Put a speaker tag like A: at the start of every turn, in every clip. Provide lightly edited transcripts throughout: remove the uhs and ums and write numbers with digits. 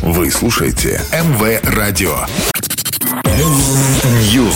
A: Вы слушаете МВ Радио. News.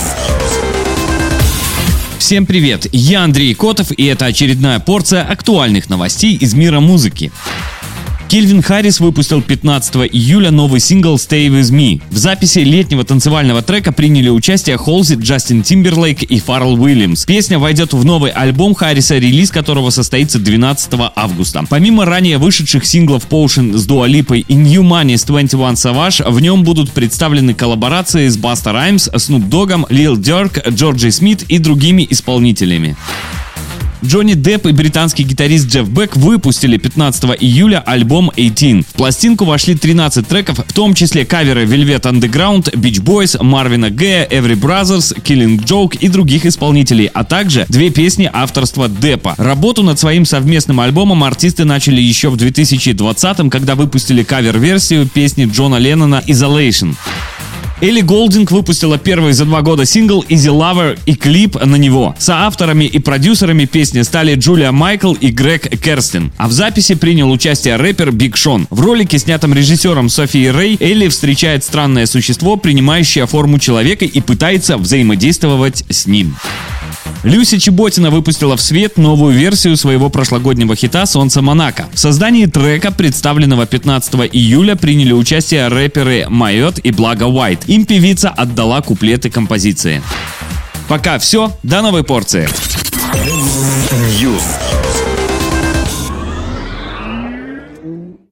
B: Всем привет, я Андрей Котов, и это очередная порция актуальных новостей из мира музыки. Кельвин Харрис выпустил 15 июля новый сингл «Stay With Me». В записи летнего танцевального трека приняли участие Холзи, Джастин Тимберлейк и Фаррелл Уильямс. Песня войдет в новый альбом Харриса, релиз которого состоится 12 августа. Помимо ранее вышедших синглов Potion с Дуа Липой и New Money с 21 Savage, в нем будут представлены коллаборации с Баста Раймс, Снуп Доггом, Лил Дёрк, Джорджи Смит и другими исполнителями. Джонни Депп и британский гитарист Джефф Бек выпустили 15 июля альбом 18. В пластинку вошли 13 треков, в том числе каверы Velvet Underground, Beach Boys, Марвина Гея, Every Brothers, Killing Joke и других исполнителей, а также 2 песни авторства Деппа. Работу над своим совместным альбомом артисты начали еще в 2020-м, когда выпустили кавер-версию песни Джона Леннона «Isolation». Элли Голдинг выпустила первый за 2 года сингл «Easy Lover» и клип на него. Соавторами и продюсерами песни стали Джулия Майкл и Грег Керстин. А в записи принял участие рэпер Биг Шон. В ролике, снятом режиссером Софией Рэй, Элли встречает странное существо, принимающее форму человека, и пытается взаимодействовать с ним. Люся Чеботина выпустила в свет новую версию своего прошлогоднего хита «Солнце Монако». В создании трека, представленного 15 июля, приняли участие рэперы Майот и Благо Уайт. Им певица отдала куплеты композиции. Пока все, до новой порции.